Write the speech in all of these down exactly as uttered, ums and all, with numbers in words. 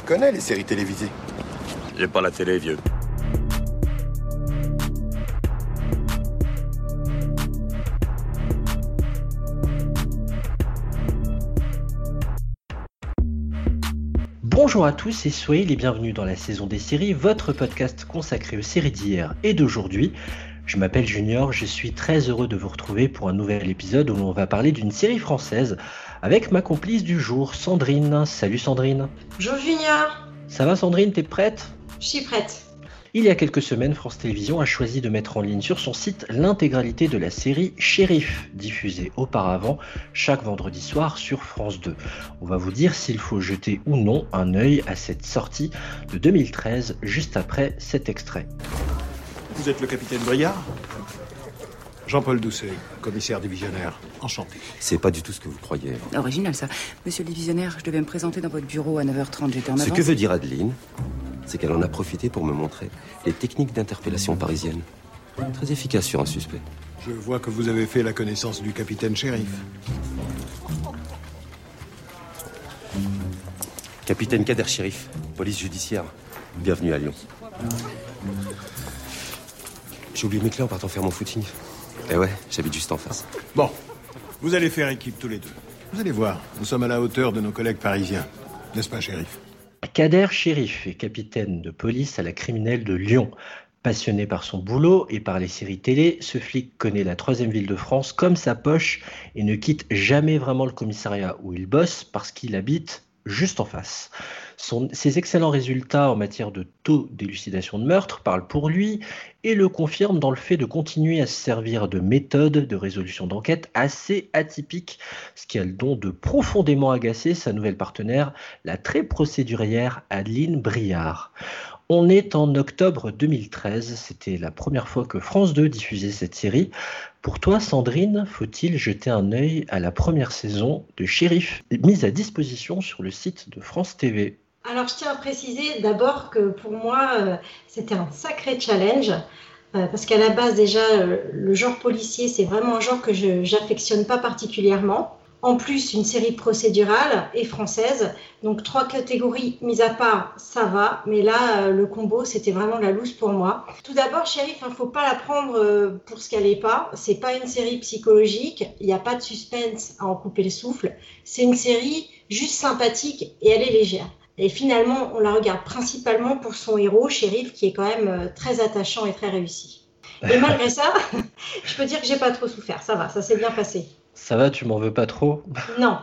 connais les séries télévisées. J'ai pas la télé, vieux. Bonjour à tous et soyez les bienvenus dans la saison des séries, votre podcast consacré aux séries d'hier et d'aujourd'hui. Je m'appelle Junior, je suis très heureux de vous retrouver pour un nouvel épisode où l'on va parler d'une série française avec ma complice du jour, Sandrine. Salut Sandrine. Bonjour Junior. Ça va Sandrine, t'es prête ? Je suis prête. Il y a quelques semaines, France Télévisions a choisi de mettre en ligne sur son site l'intégralité de la série Shérif, diffusée auparavant chaque vendredi soir sur France deux. On va vous dire s'il faut jeter ou non un œil à cette sortie de deux mille treize, juste après cet extrait. Vous êtes le capitaine Briard ? Jean-Paul Doucet, commissaire divisionnaire. Enchanté. C'est pas du tout ce que vous croyez. Original ça. Monsieur le divisionnaire, je devais me présenter dans votre bureau à neuf heures trente, j'étais en avance. Ce que veut dire Adeline, c'est qu'elle en a profité pour me montrer les techniques d'interpellation parisiennes. Très efficace sur un suspect. Je vois que vous avez fait la connaissance du capitaine Shérif. Capitaine Kader Chérif, police judiciaire. Bienvenue à Lyon. J'ai oublié mes clés en partant faire mon footing. Eh ouais, j'habite juste en face. Bon, vous allez faire équipe tous les deux. Vous allez voir, nous sommes à la hauteur de nos collègues parisiens. N'est-ce pas, Shérif ? Kader Chérif est capitaine de police à la criminelle de Lyon. Passionné par son boulot et par les séries télé, ce flic connaît la troisième ville de France comme sa poche et ne quitte jamais vraiment le commissariat où il bosse parce qu'il habite juste en face. Son, ses excellents résultats en matière de taux d'élucidation de meurtre parlent pour lui et le confirment dans le fait de continuer à se servir de méthodes de résolution d'enquête assez atypiques, ce qui a le don de profondément agacer sa nouvelle partenaire, la très procédurière Adeline Briard. On est en octobre deux mille treize, c'était la première fois que France deux diffusait cette série. Pour toi, Sandrine, faut-il jeter un œil à la première saison de Shérif, mise à disposition sur le site de France T V ? Alors, je tiens à préciser d'abord que pour moi, euh, c'était un sacré challenge. Euh, parce qu'à la base, déjà, euh, le genre policier, c'est vraiment un genre que je n'affectionne pas particulièrement. En plus, une série procédurale et française. Donc, trois catégories mises à part, ça va. Mais là, euh, le combo, c'était vraiment la loose pour moi. Tout d'abord, Shérif, il ne faut pas la prendre euh, pour ce qu'elle n'est pas. Ce n'est pas une série psychologique. Il n'y a pas de suspense à en couper le souffle. C'est une série juste sympathique et elle est légère. Et finalement, on la regarde principalement pour son héros, Shérif, qui est quand même euh, très attachant et très réussi. Et malgré ça, je peux dire que j'ai pas trop souffert. Ça va, ça s'est bien passé. Ça va, tu m'en veux pas trop ? Non.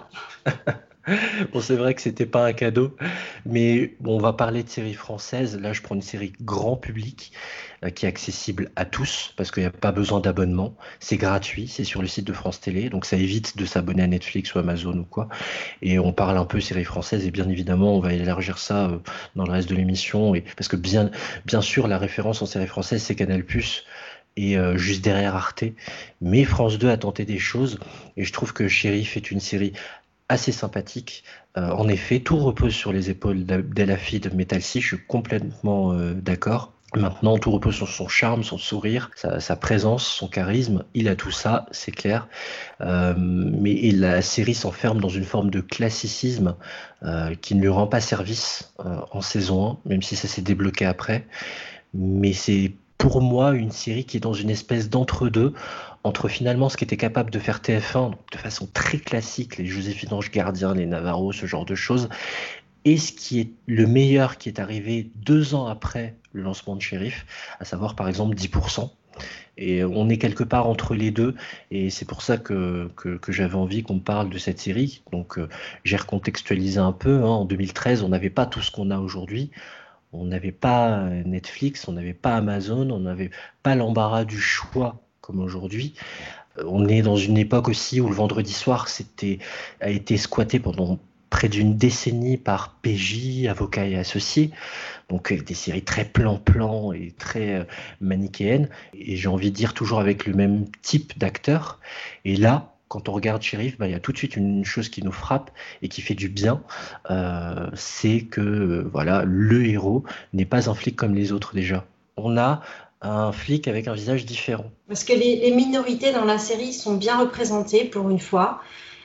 Bon, c'est vrai que c'était pas un cadeau, mais bon, on va parler de séries françaises. Là, je prends une série grand public euh, qui est accessible à tous parce qu'il n'y a pas besoin d'abonnement. C'est gratuit, c'est sur le site de France Télé, donc ça évite de s'abonner à Netflix ou Amazon ou quoi. Et on parle un peu séries françaises et bien évidemment, on va élargir ça euh, dans le reste de l'émission. Et parce que bien, bien sûr, la référence en séries françaises, c'est Canal+. Et euh, juste derrière Arte, mais France deux a tenté des choses et je trouve que Shérif est une série assez sympathique. Euh, en effet, tout repose sur les épaules d'El Hafid Metalsi, je suis complètement euh, d'accord. Maintenant, tout repose sur son charme, son sourire, sa, sa présence, son charisme. Il a tout ça, c'est clair. Euh, mais et la série s'enferme dans une forme de classicisme euh, qui ne lui rend pas service euh, en saison un, même si ça s'est débloqué après. Mais c'est pour moi une série qui est dans une espèce d'entre-deux, entre finalement ce qu'était capable de faire T F un donc de façon très classique, les Joséphine Ange Gardien, les Navarro, ce genre de choses, et ce qui est le meilleur qui est arrivé deux ans après le lancement de Shérif, à savoir par exemple dix pour cent. Et on est quelque part entre les deux, et c'est pour ça que, que, que j'avais envie qu'on parle de cette série. Donc euh, j'ai recontextualisé un peu, hein. En deux mille treize, on n'avait pas tout ce qu'on a aujourd'hui. On n'avait pas Netflix, on n'avait pas Amazon, on n'avait pas l'embarras du choix comme aujourd'hui. On est dans une époque aussi où le vendredi soir c'était, a été squatté pendant près d'une décennie par P J, Avocats et Associés, donc des séries très plan-plan et très euh, manichéennes, et j'ai envie de dire toujours avec le même type d'acteur. Et là, quand on regarde Shérif, bah, il y a tout de suite une chose qui nous frappe et qui fait du bien, euh, c'est que euh, voilà, le héros n'est pas un flic comme les autres déjà. On a un flic avec un visage différent. Parce que les, les minorités dans la série sont bien représentées pour une fois.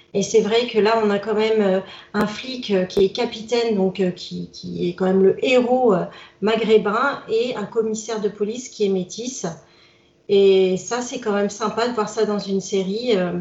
Et c'est vrai que là, on a quand même euh, un flic euh, qui est capitaine, donc euh, qui, qui est quand même le héros euh, maghrébin, et un commissaire de police qui est métis. Et ça, c'est quand même sympa de voir ça dans une série euh,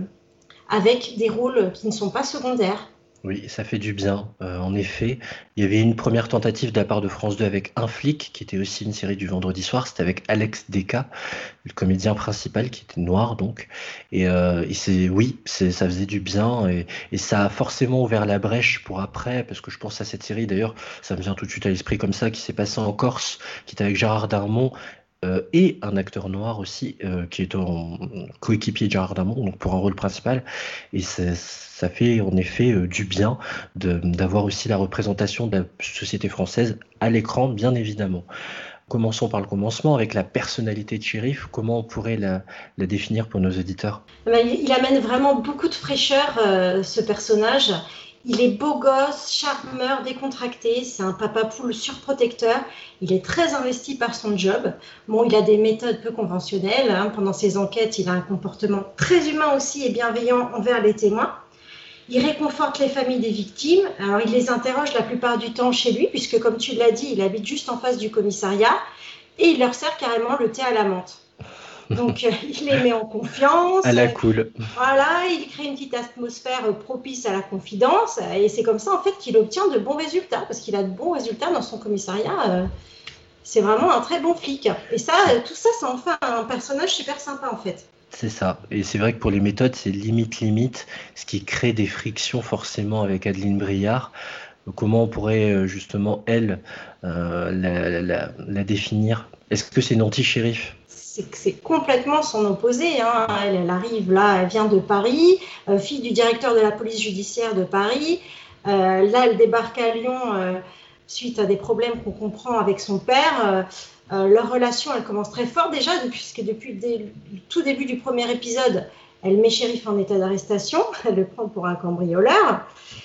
avec des rôles qui ne sont pas secondaires. Oui, ça fait du bien. Euh, en effet, il y avait une première tentative de la part de France deux avec Un flic, qui était aussi une série du vendredi soir. C'était avec Alex Descas, le comédien principal, qui était noir donc. Et, euh, et c'est, oui, c'est, ça faisait du bien et, et ça a forcément ouvert la brèche pour après, parce que je pense à cette série d'ailleurs, ça me vient tout de suite à l'esprit comme ça, qui s'est passée en Corse, qui était avec Gérard Darmon. Euh, et un acteur noir aussi, euh, qui est en coéquipier de Gérard Darmon, donc pour un rôle principal. Et ça, ça fait en effet euh, du bien de, d'avoir aussi la représentation de la société française à l'écran, bien évidemment. Commençons par le commencement, avec la personnalité de Chérif. Comment on pourrait la, la définir pour nos auditeurs ? Il amène vraiment beaucoup de fraîcheur, euh, ce personnage. Il est beau gosse, charmeur, décontracté, c'est un papa poule surprotecteur, il est très investi par son job. Bon, il a des méthodes peu conventionnelles, hein. Pendant ses enquêtes, il a un comportement très humain aussi et bienveillant envers les témoins. Il réconforte les familles des victimes, alors il les interroge la plupart du temps chez lui, puisque comme tu l'as dit, il habite juste en face du commissariat, et il leur sert carrément le thé à la menthe. Donc, euh, il les met en confiance. À la cool. Voilà, il crée une petite atmosphère propice à la confidence. Et c'est comme ça, en fait, qu'il obtient de bons résultats. Parce qu'il a de bons résultats dans son commissariat. Euh, c'est vraiment un très bon flic. Et ça, euh, tout ça, ça en fait un personnage super sympa, en fait. C'est ça. Et c'est vrai que pour les méthodes, c'est limite, limite. Ce qui crée des frictions, forcément, avec Adeline Briard. Comment on pourrait, justement, elle, euh, la, la, la définir ? Est-ce que c'est une anti-shérif ? C'est, c'est complètement son opposé, hein. Elle, elle arrive là, elle vient de Paris, euh, fille du directeur de la police judiciaire de Paris. Euh, là, elle débarque à Lyon euh, suite à des problèmes qu'on comprend avec son père. Euh, euh, leur relation, elle commence très fort déjà, puisque depuis le tout début du premier épisode, elle met Chérif en état d'arrestation, elle le prend pour un cambrioleur,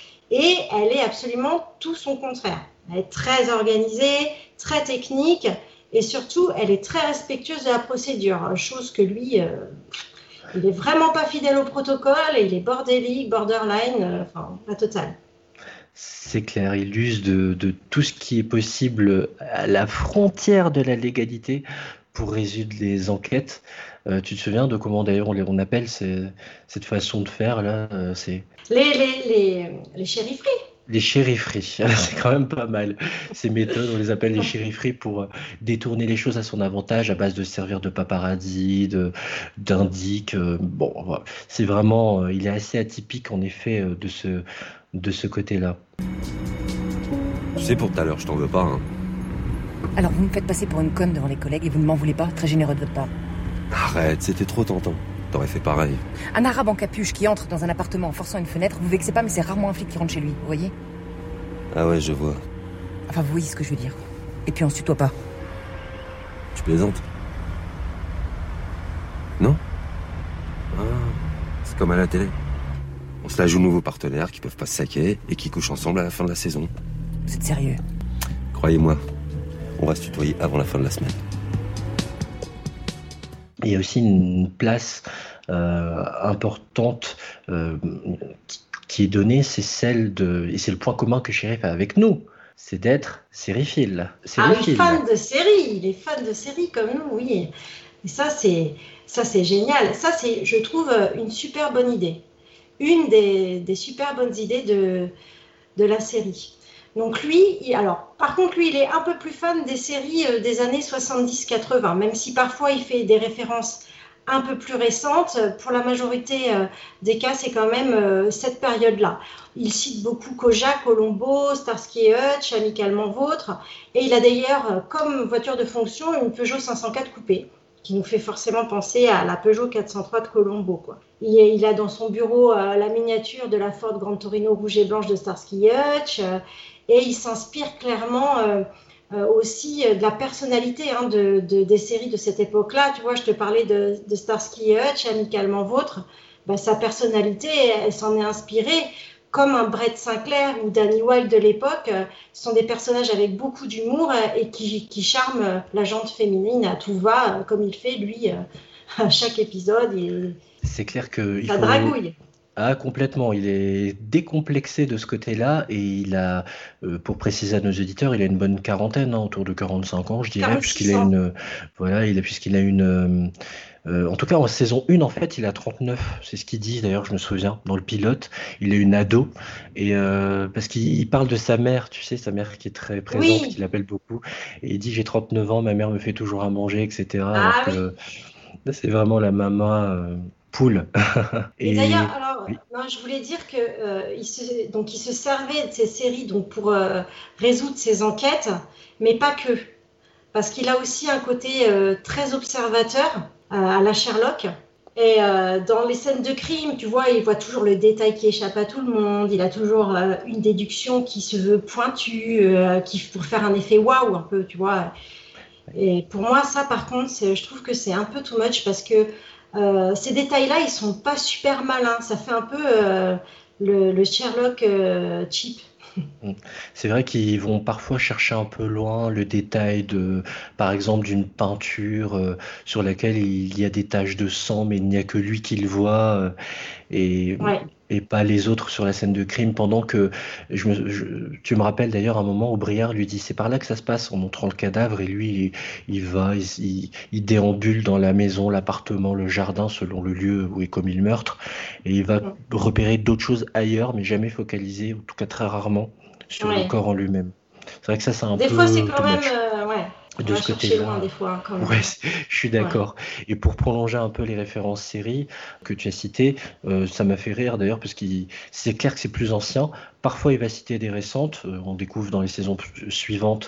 et elle est absolument tout son contraire. Elle est très organisée, très technique, et surtout, elle est très respectueuse de la procédure, chose que lui, euh, il n'est vraiment pas fidèle au protocole, et il est bordélique, borderline, euh, enfin, la totale. C'est clair, il use de, de tout ce qui est possible à la frontière de la légalité pour résoudre les enquêtes. Euh, tu te souviens de comment d'ailleurs on, on appelle ces, cette façon de faire là euh, c'est... Les, les, les, les chérifferies. Les chérifferies, c'est quand même pas mal. Ces méthodes, on les appelle les chérifferies pour détourner les choses à son avantage à base de servir de paparazzi, de, d'indic. Bon, c'est vraiment, il est assez atypique en effet de ce, de ce côté-là. Tu sais, pour tout à l'heure, je t'en veux pas. Hein. Alors vous me faites passer pour une conne devant les collègues et vous ne m'en voulez pas, très généreux de votre part. Arrête, c'était trop tentant. T'aurais fait pareil. Un arabe en capuche qui entre dans un appartement en forçant une fenêtre, vous vexez pas, mais c'est rarement un flic qui rentre chez lui, vous voyez ? Ah ouais, je vois. Enfin, vous voyez ce que je veux dire. Et puis on se tutoie pas. Tu plaisantes ? Non ? Ah, c'est comme à la télé. On se la joue nouveaux partenaires qui peuvent pas se saquer et qui couchent ensemble à la fin de la saison. Vous êtes sérieux ? Croyez-moi, on va se tutoyer avant la fin de la semaine. Il y a aussi une place euh, importante euh, qui est donnée, c'est celle de, et c'est le point commun que Chérif a avec nous, c'est d'être sériephile. Ah, il est fan de séries, il est fan de séries comme nous, oui. Et ça, c'est, ça, c'est génial. Ça, c'est, je trouve, une super bonne idée. Une des, des super bonnes idées de, de la série. Donc lui, il, alors, par contre, lui, il est un peu plus fan des séries euh, des années soixante-dix quatre-vingts, même si parfois il fait des références un peu plus récentes. Pour la majorité euh, des cas, c'est quand même euh, cette période-là. Il cite beaucoup Kojak, Colombo, Starsky et Hutch, Amicalement Vôtre, et il a d'ailleurs, euh, comme voiture de fonction, une Peugeot cinq cent quatre coupée, qui nous fait forcément penser à la Peugeot quatre cent trois de Colombo, quoi. Il, est, il a dans son bureau euh, la miniature de la Ford Gran Torino rouge et blanche de Starsky et Hutch, euh, et il s'inspire clairement euh, euh, aussi de la personnalité hein, de, de, des séries de cette époque-là. Tu vois, je te parlais de, de Starsky et Hutch, Amicalement Vôtre. Ben, sa personnalité, elle, elle s'en est inspirée. Comme un Brett Sinclair ou Danny Wilde de l'époque, euh, ce sont des personnages avec beaucoup d'humour euh, et qui, qui charment la gente féminine à tout va, euh, comme il fait, lui, euh, à chaque épisode. Et c'est clair que... Ça dragouille. Ah, complètement. Il est décomplexé de ce côté-là et il a, euh, pour préciser à nos auditeurs, il a une bonne quarantaine, hein, autour de quarante-cinq ans, je dirais, puisqu'il a quarante-six ans. une, voilà, il a, puisqu'il a une, euh, euh, en tout cas en saison un, en fait, il a trente-neuf. C'est ce qu'il dit, d'ailleurs, je me souviens, dans le pilote. Il est une ado et euh, parce qu'il il parle de sa mère, tu sais, sa mère qui est très présente, qui Oui, l'appelle beaucoup, et il dit j'ai trente-neuf ans, ma mère me fait toujours à manger, et cetera. Alors ah oui. que là, c'est vraiment la maman euh, poule. Et d'ailleurs, Et alors, oui. non, je voulais dire que euh, il se, donc il se servait de ces séries donc pour euh, résoudre ses enquêtes, mais pas que, parce qu'il a aussi un côté euh, très observateur euh, à la Sherlock. Et euh, dans les scènes de crime, tu vois, il voit toujours le détail qui échappe à tout le monde. Il a toujours euh, une déduction qui se veut pointue, euh, qui pour faire un effet waouh un peu, tu vois. Et pour moi, ça, par contre, c'est- je trouve que c'est un peu too much parce que euh, ces détails-là, ils sont pas super malins. Ça fait un peu euh, le, le Sherlock euh, cheap. Mm. C'est vrai qu'ils vont parfois chercher un peu loin le détail de, par exemple, d'une peinture euh, sur laquelle il y a des taches de sang, mais il n'y a que lui qui le voit. euh, et, Ouais, et pas les autres sur la scène de crime, pendant que je me, je- tu me rappelles d'ailleurs un moment où Briard lui dit c'est par là que ça se passe en montrant le cadavre et lui il, il va, il, il- il déambule dans la maison, l'appartement, le jardin selon le lieu où est commis le meurtre et il va repérer d'autres choses ailleurs mais jamais focalisé, en tout cas très rarement, sur le ouais. corps en lui-même. C'est vrai que ça c'est un Des fois, c'est peu quand too même, much. euh, ouais, on De va ce chercher loin côté-là, des fois, hein, quand ouais, même. c'est- je suis Ouais. d'accord. Et pour prolonger un peu les références séries que tu as citées, euh, ça m'a fait rire d'ailleurs parce que c'est clair que c'est plus ancien. Parfois, il va citer des récentes. Euh, on découvre dans les saisons p- suivantes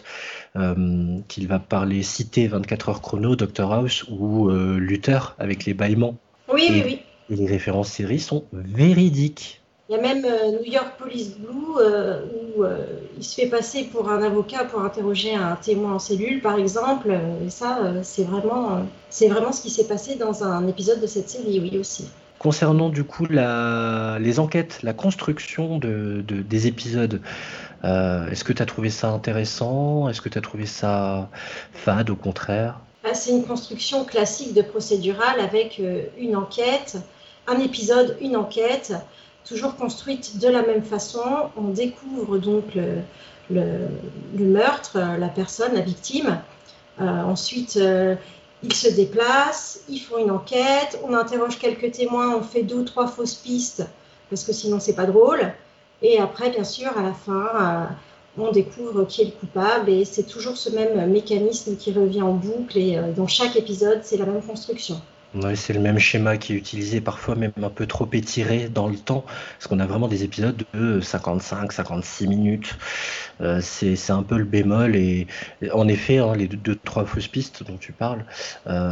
euh, qu'il va parler, citer vingt-quatre heures chrono, Doctor House ou euh, Luther avec les bâillements. Oui, oui, Et, oui. et les références séries sont véridiques. Il y a même euh, New York Police Blue euh, où euh, il se fait passer pour un avocat pour interroger un témoin en cellule, par exemple. Euh, Et ça, euh, c'est vraiment, euh, c'est vraiment ce qui s'est passé dans un épisode de cette série, oui aussi. Concernant du coup la, les enquêtes, la construction de, de- des épisodes, euh, est-ce que tu as trouvé ça intéressant? Est-ce que tu as trouvé ça fade au contraire? Ah, c'est une construction classique de procédurale avec euh, une enquête, un épisode, une enquête, toujours construite de la même façon. On découvre donc le, le- le meurtre, euh, la personne, la victime. Euh, ensuite, euh, ils se déplacent, ils font une enquête, on interroge quelques témoins, on fait deux ou trois fausses pistes, parce que sinon c'est pas drôle. Et après, bien sûr, à la fin, euh, on découvre qui est le coupable, et c'est toujours ce même mécanisme qui revient en boucle, et euh, dans chaque épisode, c'est la même construction. Ouais, c'est le même schéma qui est utilisé, parfois même un peu trop étiré dans le temps, parce qu'on a vraiment des épisodes de cinquante-cinq, cinquante-six minutes. Euh, c'est, c'est un peu le bémol, et et en effet, hein, les deux, deux, trois fausses pistes dont tu parles, euh,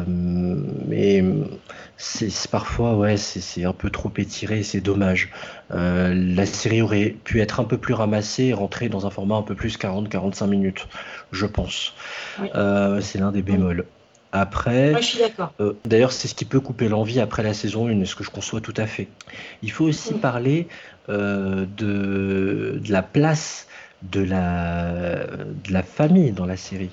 mais c'est, c'est parfois, ouais, c'est, c'est un peu trop étiré, et c'est dommage. Euh, la série aurait pu être un peu plus ramassée et rentrer dans un format un peu plus quarante à quarante-cinq minutes, je pense. Oui, Euh, c'est l'un des oui. bémols. Après, Moi, je suis d'accord. euh, d'ailleurs, c'est ce qui peut couper l'envie après la saison un, ce que je conçois tout à fait. Il faut aussi Mm. parler euh, de, de la place de la, de la famille dans la série.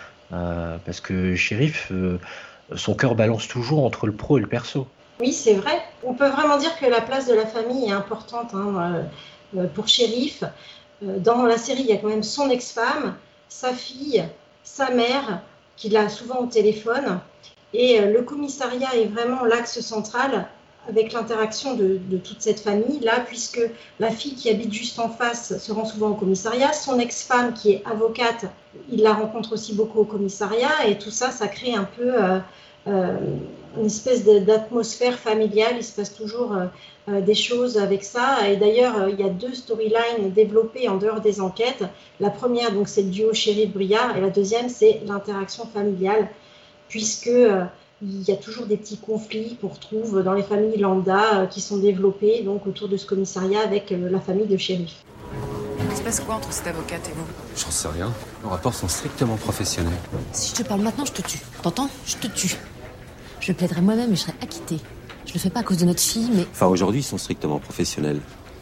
Euh, parce que Shérif, euh, son cœur balance toujours entre le pro et le perso. Oui, c'est vrai. On peut vraiment dire que la place de la famille est importante hein, euh, pour Shérif. Euh, dans la série, il y a quand même son ex-femme, sa fille, sa mère, qui l'a souvent au téléphone. Et euh, le commissariat est vraiment l'axe central avec l'interaction de, de toute cette famille-là, puisque la fille qui habite juste en face se rend souvent au commissariat. Son ex-femme, qui est avocate, il la rencontre aussi beaucoup au commissariat. Et tout ça, ça crée un peu euh, euh, une espèce de, d'atmosphère familiale. Il se passe toujours euh, euh, des choses avec ça. Et d'ailleurs, euh, il y a deux storylines développées en dehors des enquêtes. La première, donc, c'est le duo Shérif-Briard, et la deuxième, c'est l'interaction familiale, puisque euh, il y a toujours des petits conflits qu'on retrouve dans les familles lambda euh, qui sont développés donc autour de ce commissariat avec euh, la famille de Shérif. Il se passe quoi entre cette avocate et vous? J'en sais rien. Nos rapports sont strictement professionnels. Si je te parle maintenant, je te tue. T'entends? Je te tue. Je plaiderai moi-même et je serai acquittée. Je le fais pas à cause de notre fille, mais... Enfin, aujourd'hui, ils sont strictement professionnels.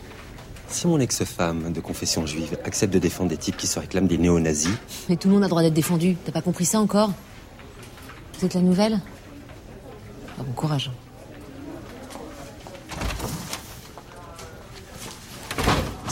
Si mon ex-femme de confession juive accepte de défendre des types qui se réclament des néo-nazis... Mais tout le monde a le droit d'être défendu. T'as pas compris ça encore? Vous êtes la nouvelle? Ah, bon courage.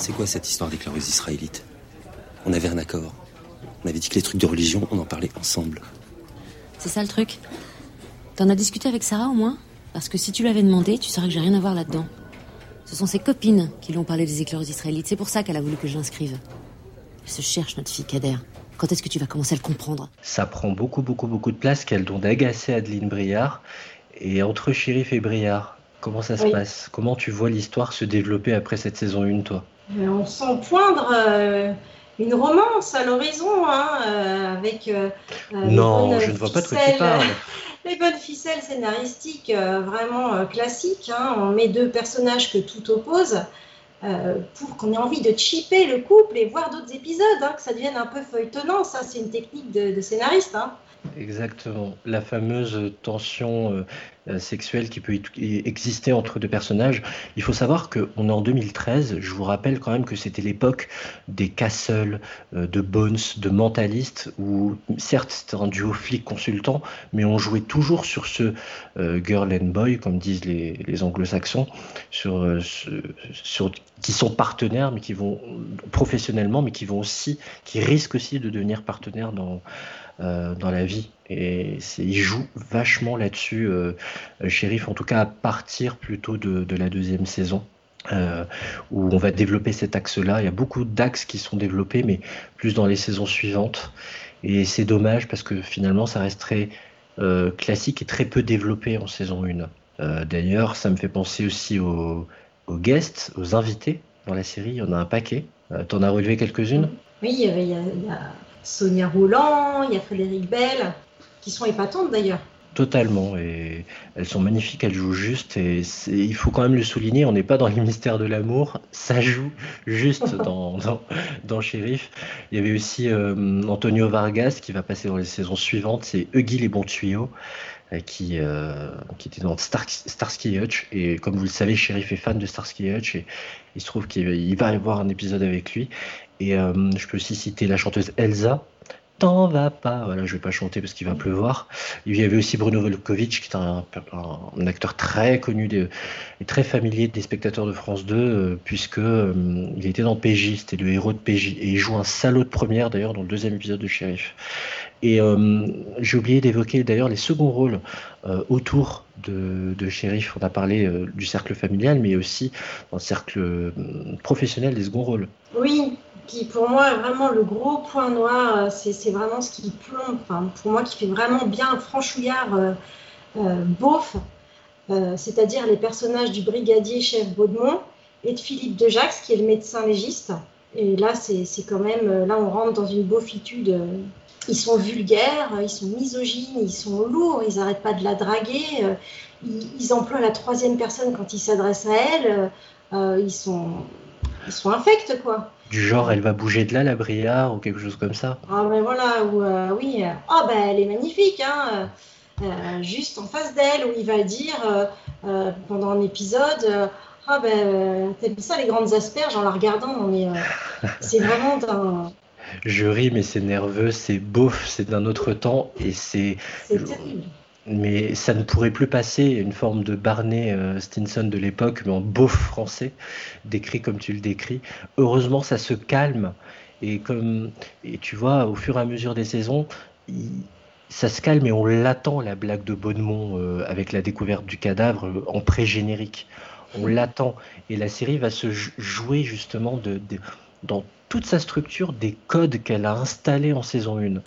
C'est quoi cette histoire avec les Israélites? On avait un accord. On avait dit que les trucs de religion, on en parlait ensemble. C'est ça le truc. T'en as discuté avec Sarah au moins? Parce que si tu l'avais demandé, tu saurais que j'ai rien à voir là-dedans. Ce sont ses copines qui lui ont parlé des éclairs israélites. C'est pour ça qu'elle a voulu que je l'inscrive. Elle se cherche, notre fille Kader. Quand est-ce que tu vas commencer à le comprendre? Ça prend beaucoup, beaucoup, beaucoup de place qu'elle doit agacer Adeline Briard. Et entre Shérif et Briard, comment ça se Oui. passe? Comment tu vois l'histoire se développer après cette saison un, toi? Euh, On sent poindre euh, une romance à l'horizon, hein, euh, avec euh, euh, les Non, bonnes je ne vois pas de quoi tu ficelles- parles. Les bonnes ficelles scénaristiques euh, vraiment euh, classiques. Hein. On met deux personnages que tout oppose euh, pour qu'on ait envie de chipper le couple et voir d'autres épisodes, hein, que ça devienne un peu feuilletonnant. Ça, c'est une technique de, de scénariste. Hein. Exactement. La fameuse tension euh, euh, sexuelle qui peut y- exister entre deux personnages. Il faut savoir qu'on est en deux mille treize. Je vous rappelle quand même que c'était l'époque des Castle, euh, de Bones, de Mentalist, où certes c'était un duo flic-consultant, mais on jouait toujours sur ce euh, girl and boy, comme disent les, les anglo-saxons, sur, euh, ce- sur, qui sont partenaires, mais qui vont professionnellement, mais qui vont aussi, qui risquent aussi de devenir partenaires dans euh, dans la vie. Et c'est, il joue vachement là-dessus, euh, euh, Shérif, en tout cas à partir plutôt de, de la deuxième saison, euh, où on va développer cet axe-là. Il y a beaucoup d'axes qui sont développés, mais plus dans les saisons suivantes. Et c'est dommage parce que finalement, ça reste très euh, classique et très peu développé en saison un. Euh, d'ailleurs, ça me fait penser aussi aux, aux guests, aux invités dans la série. Il y en a un paquet. Euh, t'en as relevé quelques-unes? Oui, il y, avait, il y a, il y a Sonia Roland, il y a Frédéric Bell, qui sont épatantes d'ailleurs. Totalement, et elles sont magnifiques, elles jouent juste, et c'est- il faut quand même le souligner, on n'est pas dans les mystères de l'amour, ça joue juste dans, dans, dans Shérif. Il y avait aussi euh, Antonio Vargas qui va passer dans les saisons suivantes, c'est Huggy les bons tuyaux, euh, qui, euh, qui était dans Star, Starsky Hutch, et comme vous le savez, Shérif est fan de Starsky Hutch, et il se trouve qu'il il va y avoir un épisode avec lui, et euh, je peux aussi citer la chanteuse Elsa. T'en vas pas, voilà, je vais pas chanter parce qu'il va pleuvoir. Il y avait aussi Bruno Volkovitch, qui est un, un, un acteur très connu de, et très familier des spectateurs de France deux, euh, puisque euh, il était dans P J, c'était le héros de P J, et il joue un salaud de première d'ailleurs dans le deuxième épisode de Shérif. Et euh, j'ai oublié d'évoquer d'ailleurs les seconds rôles euh, autour de, de Shérif. On a parlé euh, du cercle familial, mais aussi dans le cercle euh, professionnel des seconds rôles. Oui, qui pour moi est vraiment le gros point noir, c'est, c'est vraiment ce qui plombe, enfin, pour moi qui fait vraiment bien franchouillard euh, euh, beauf, euh, c'est-à-dire les personnages du brigadier chef Baudemont et de Philippe Dejax qui est le médecin légiste. Et là, c'est, c'est quand même, là on rentre dans une beaufitude. euh, Ils sont vulgaires, ils sont misogynes, ils sont lourds, ils n'arrêtent pas de la draguer, euh, ils, ils emploient la troisième personne quand ils s'adressent à elle, euh, ils sont, ils sont infects, quoi. Du genre, elle va bouger de là, la Briard, ou quelque chose comme ça. Ah ben voilà, ou euh, oui, euh, ah ben elle est magnifique, hein, euh, juste en face d'elle, où il va dire euh, euh, pendant un épisode, euh, ah ben euh, t'aimes ça les grandes asperges en la regardant, non mais euh, c'est vraiment d'un, Je ris, mais c'est nerveux, c'est beauf, c'est d'un autre temps, et c'est. c'est terrible. Mais ça ne pourrait plus passer, une forme de Barney euh, Stinson de l'époque, mais en beauf français, décrit comme tu le décris. Heureusement, ça se calme, et comme et tu vois, au fur et à mesure des saisons, il- ça se calme et on l'attend, la blague de Baudemont euh, avec la découverte du cadavre euh, en pré-générique. On l'attend, et la série va se jou- jouer justement de, de- dans toute sa structure des codes qu'elle a installés en saison un.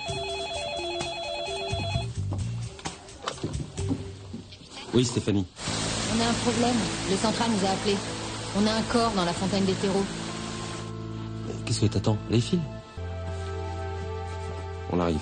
Oui, Stéphanie. On a un problème. Le central nous a appelés. On a un corps dans la fontaine des terreaux. Qu'est-ce que t'attends? Les fils? On arrive.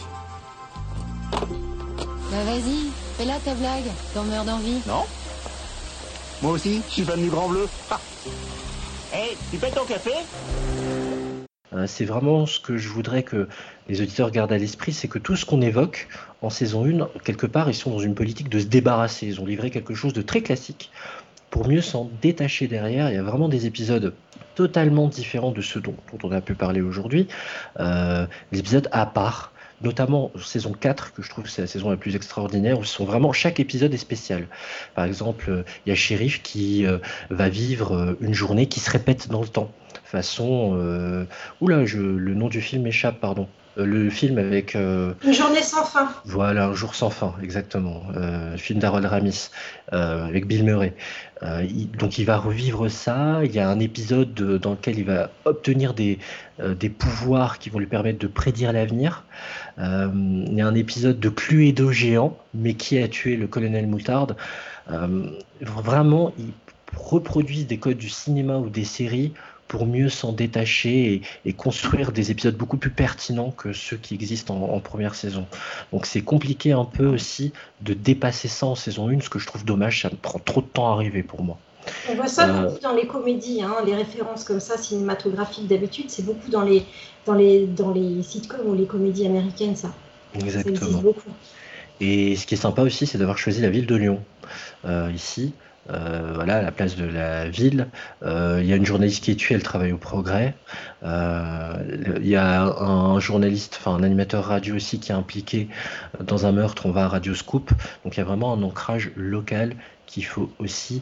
Bah vas-y, fais là ta blague. T'en meurs d'envie. Non? Moi aussi, je suis fan du Grand Bleu. Hé, tu pètes ton café? Euh, C'est vraiment ce que je voudrais que les auditeurs gardent à l'esprit, c'est que tout ce qu'on évoque en saison un, quelque part, ils sont dans une politique de se débarrasser. Ils ont livré quelque chose de très classique pour mieux s'en détacher derrière. Il y a vraiment des épisodes totalement différents de ceux dont, dont on a pu parler aujourd'hui, euh, des épisodes à part, notamment saison quatre, que je trouve que c'est la saison la plus extraordinaire, où sont vraiment, chaque épisode est spécial. Par exemple, il y a Shérif qui euh, va vivre euh, une journée qui se répète dans le temps. Façon, euh... oula, je... le nom du film m'échappe, pardon. Euh, le film avec... Euh... Une journée sans fin. Voilà, Un jour sans fin, exactement. Euh, film d'Harold Ramis, euh, avec Bill Murray. Euh, il... Donc il va revivre ça. Il y a un épisode de... dans lequel il va obtenir des, euh, des pouvoirs qui vont lui permettre de prédire l'avenir. Euh... Il y a un épisode de Cluedo géant, mais qui a tué le colonel Moutarde. Euh... Vraiment, ils reproduisent des codes du cinéma ou des séries pour mieux s'en détacher et, et construire des épisodes beaucoup plus pertinents que ceux qui existent en, en première saison. Donc c'est compliqué un peu aussi de dépasser ça en saison un, ce que je trouve dommage, ça me prend trop de temps à arriver pour moi. On voit ça Euh, beaucoup dans les comédies, hein, les références comme ça cinématographiques d'habitude, c'est beaucoup dans les, dans, les, dans les sitcoms ou les comédies américaines, ça. Ça existe Exactement. beaucoup. Et ce qui est sympa aussi, c'est d'avoir choisi la ville de Lyon. Euh, ici, euh, voilà, à la place de la ville, euh, il y a une journaliste qui est tuée, elle travaille au Progrès. Euh, Il y a un journaliste, enfin un animateur radio aussi qui est impliqué dans un meurtre, on va à Radio Scoop. Donc il y a vraiment un ancrage local qu'il faut aussi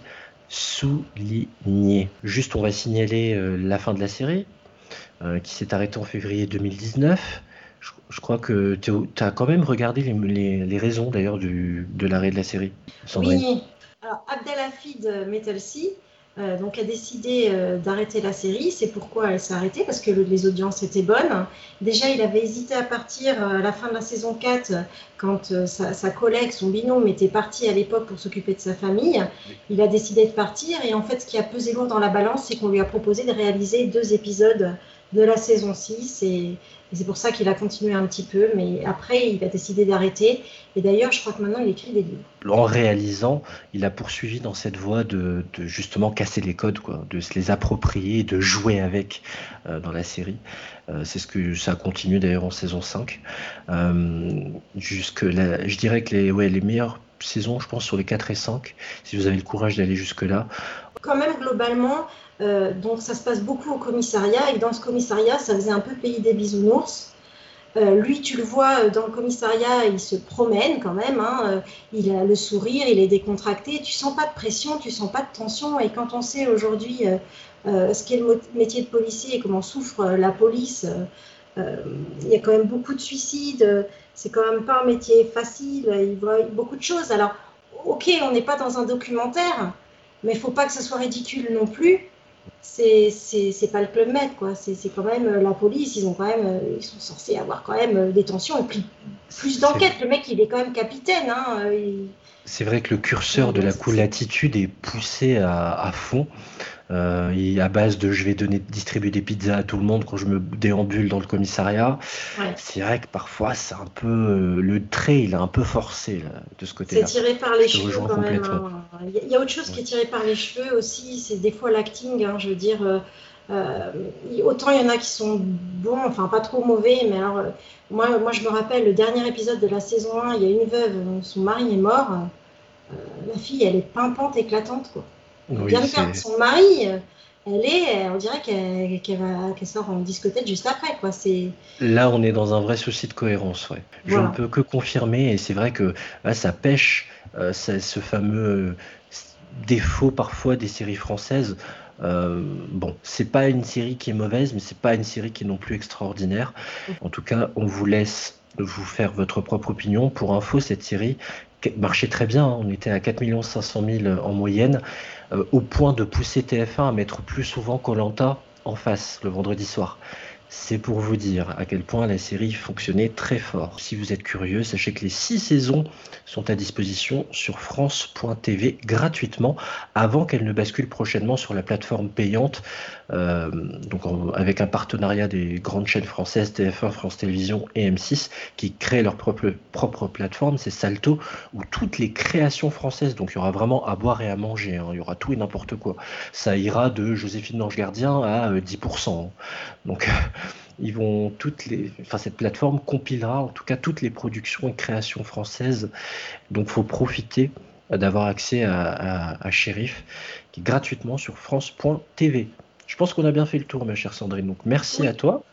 souligner. Juste, on va signaler euh, la fin de la série, euh, qui s'est arrêtée en février deux mille dix-neuf. Je, je crois que tu as quand même regardé les, les- les raisons d'ailleurs du- de l'arrêt de la série, Sandrine. Oui, alors Abdelhafid Metelsi euh, donc a décidé euh, d'arrêter la série. C'est pourquoi elle s'est arrêtée, parce que le- les audiences étaient bonnes. Déjà, il avait hésité à partir euh, à la fin de la saison quatre, quand euh, sa, sa collègue, son binôme, était parti à l'époque pour s'occuper de sa famille. Il a décidé de partir, et en fait, ce qui a pesé lourd dans la balance, c'est qu'on lui a proposé de réaliser deux épisodes de la saison six, et, et c'est pour ça qu'il a continué un petit peu, mais après, il a décidé d'arrêter. Et d'ailleurs, je crois que maintenant, il écrit des livres. En réalisant, il a poursuivi dans cette voie de, de justement casser les codes, quoi, de se les approprier, de jouer avec euh, dans la série. Euh, c'est ce que ça a continué d'ailleurs en saison cinq. Euh, jusque là, je dirais que les, ouais, les meilleures saisons, je pense, sur les quatre et cinq, si vous avez le courage d'aller jusque-là. Quand même, globalement, euh, donc ça se passe beaucoup au commissariat, et dans ce commissariat, ça faisait un peu pays des bisounours. Euh, lui, tu le vois euh, dans le commissariat, il se promène quand même, hein, euh, il a le sourire, il est décontracté, tu sens pas de pression, tu sens pas de tension, et quand on sait aujourd'hui euh, euh, ce qu'est le mo- métier de policier et comment souffre euh, la police, euh, euh, il y a quand même beaucoup de suicides, euh, c'est quand même pas un métier facile, euh, il voit beaucoup de choses. Alors, ok, on n'est pas dans un documentaire, mais il faut pas que ce soit ridicule non plus. C'est c'est c'est pas le Club Med, quoi. C'est c'est quand même euh, la police. Ils ont quand même, euh, ils sont censés avoir quand même euh, des tensions et plus plus d'enquête. Le mec, il est quand même capitaine, hein. euh, il- C'est vrai que le curseur de la cool attitude est poussé à, à fond. Euh, et à base de je vais donner, distribuer des pizzas à tout le monde quand je me déambule dans le commissariat. Ouais. C'est vrai que parfois c'est un peu euh, le trait, il est un peu forcé là, de ce C'est côté-là. tiré par les Je te cheveux rejoins quand même, complètement. hein. Il y a- il y a autre chose qui est tiré par les cheveux aussi. C'est des fois l'acting, hein, je veux dire. euh, euh, autant il y en a qui sont bons, enfin pas trop mauvais, mais alors euh, moi, moi je me rappelle le dernier épisode de la saison un, il y a une veuve, euh, son mari est mort. euh, la fille, elle est pimpante, éclatante, quoi. Elle Oui, vient de c'est- perdre son mari. euh, Elle est, on dirait qu'elle qu'elle va- qu'elle sort en discothèque juste après, quoi. C'est Là, on est dans un vrai souci de cohérence, ouais. Je Voilà. ne peux que confirmer, et c'est vrai que là, ça pêche euh, ça- ce fameux euh, s- défaut parfois des séries françaises. Euh, bon, c'est pas une série qui est mauvaise, mais c'est pas une série qui est non plus extraordinaire. En tout cas, on vous laisse vous faire votre propre opinion. Pour info, cette série qui marchait très bien, hein. On était à quatre millions cinq cent mille en moyenne, euh, au point de pousser T F un à mettre plus souvent koh-Lanta en face le vendredi soir. C'est pour vous dire à quel point la série fonctionnait très fort. Si vous êtes curieux, sachez que les six saisons sont à disposition sur France point T V gratuitement, avant qu'elles ne basculent prochainement sur la plateforme payante, euh, donc en- avec un partenariat des grandes chaînes françaises T F un, France Télévisions et M six, qui créent leur propre, propre plateforme, c'est Salto, où toutes les créations françaises, donc il y aura vraiment à boire et à manger, hein, il y aura tout et n'importe quoi. Ça ira de Joséphine l'Ange Gardien à euh, dix pour cent. hein. Donc ils vont toutes les, enfin cette plateforme compilera en tout cas toutes les productions et créations françaises. Donc faut profiter euh, d'avoir accès à, à, à Shérif, qui est gratuitement sur France point T V. Je pense qu'on a bien fait le tour, ma chère Sandrine. Donc merci Oui. à toi.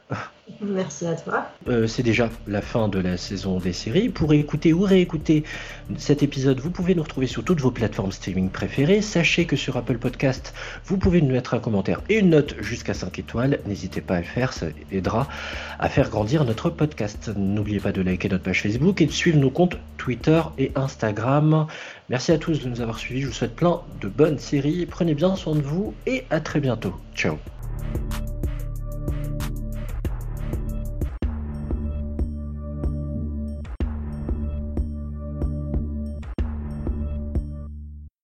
Merci à toi. Euh, c'est déjà la fin de la saison des séries. Pour écouter ou réécouter cet épisode, vous pouvez nous retrouver sur toutes vos plateformes streaming préférées. Sachez que sur Apple Podcast, vous pouvez nous mettre un commentaire et une note jusqu'à cinq étoiles. N'hésitez pas à le faire, ça aidera à faire grandir notre podcast. N'oubliez pas de liker notre page Facebook et de suivre nos comptes Twitter et Instagram. Merci à tous de nous avoir suivis. Je vous souhaite plein de bonnes séries. Prenez bien soin de vous et à très bientôt. Ciao.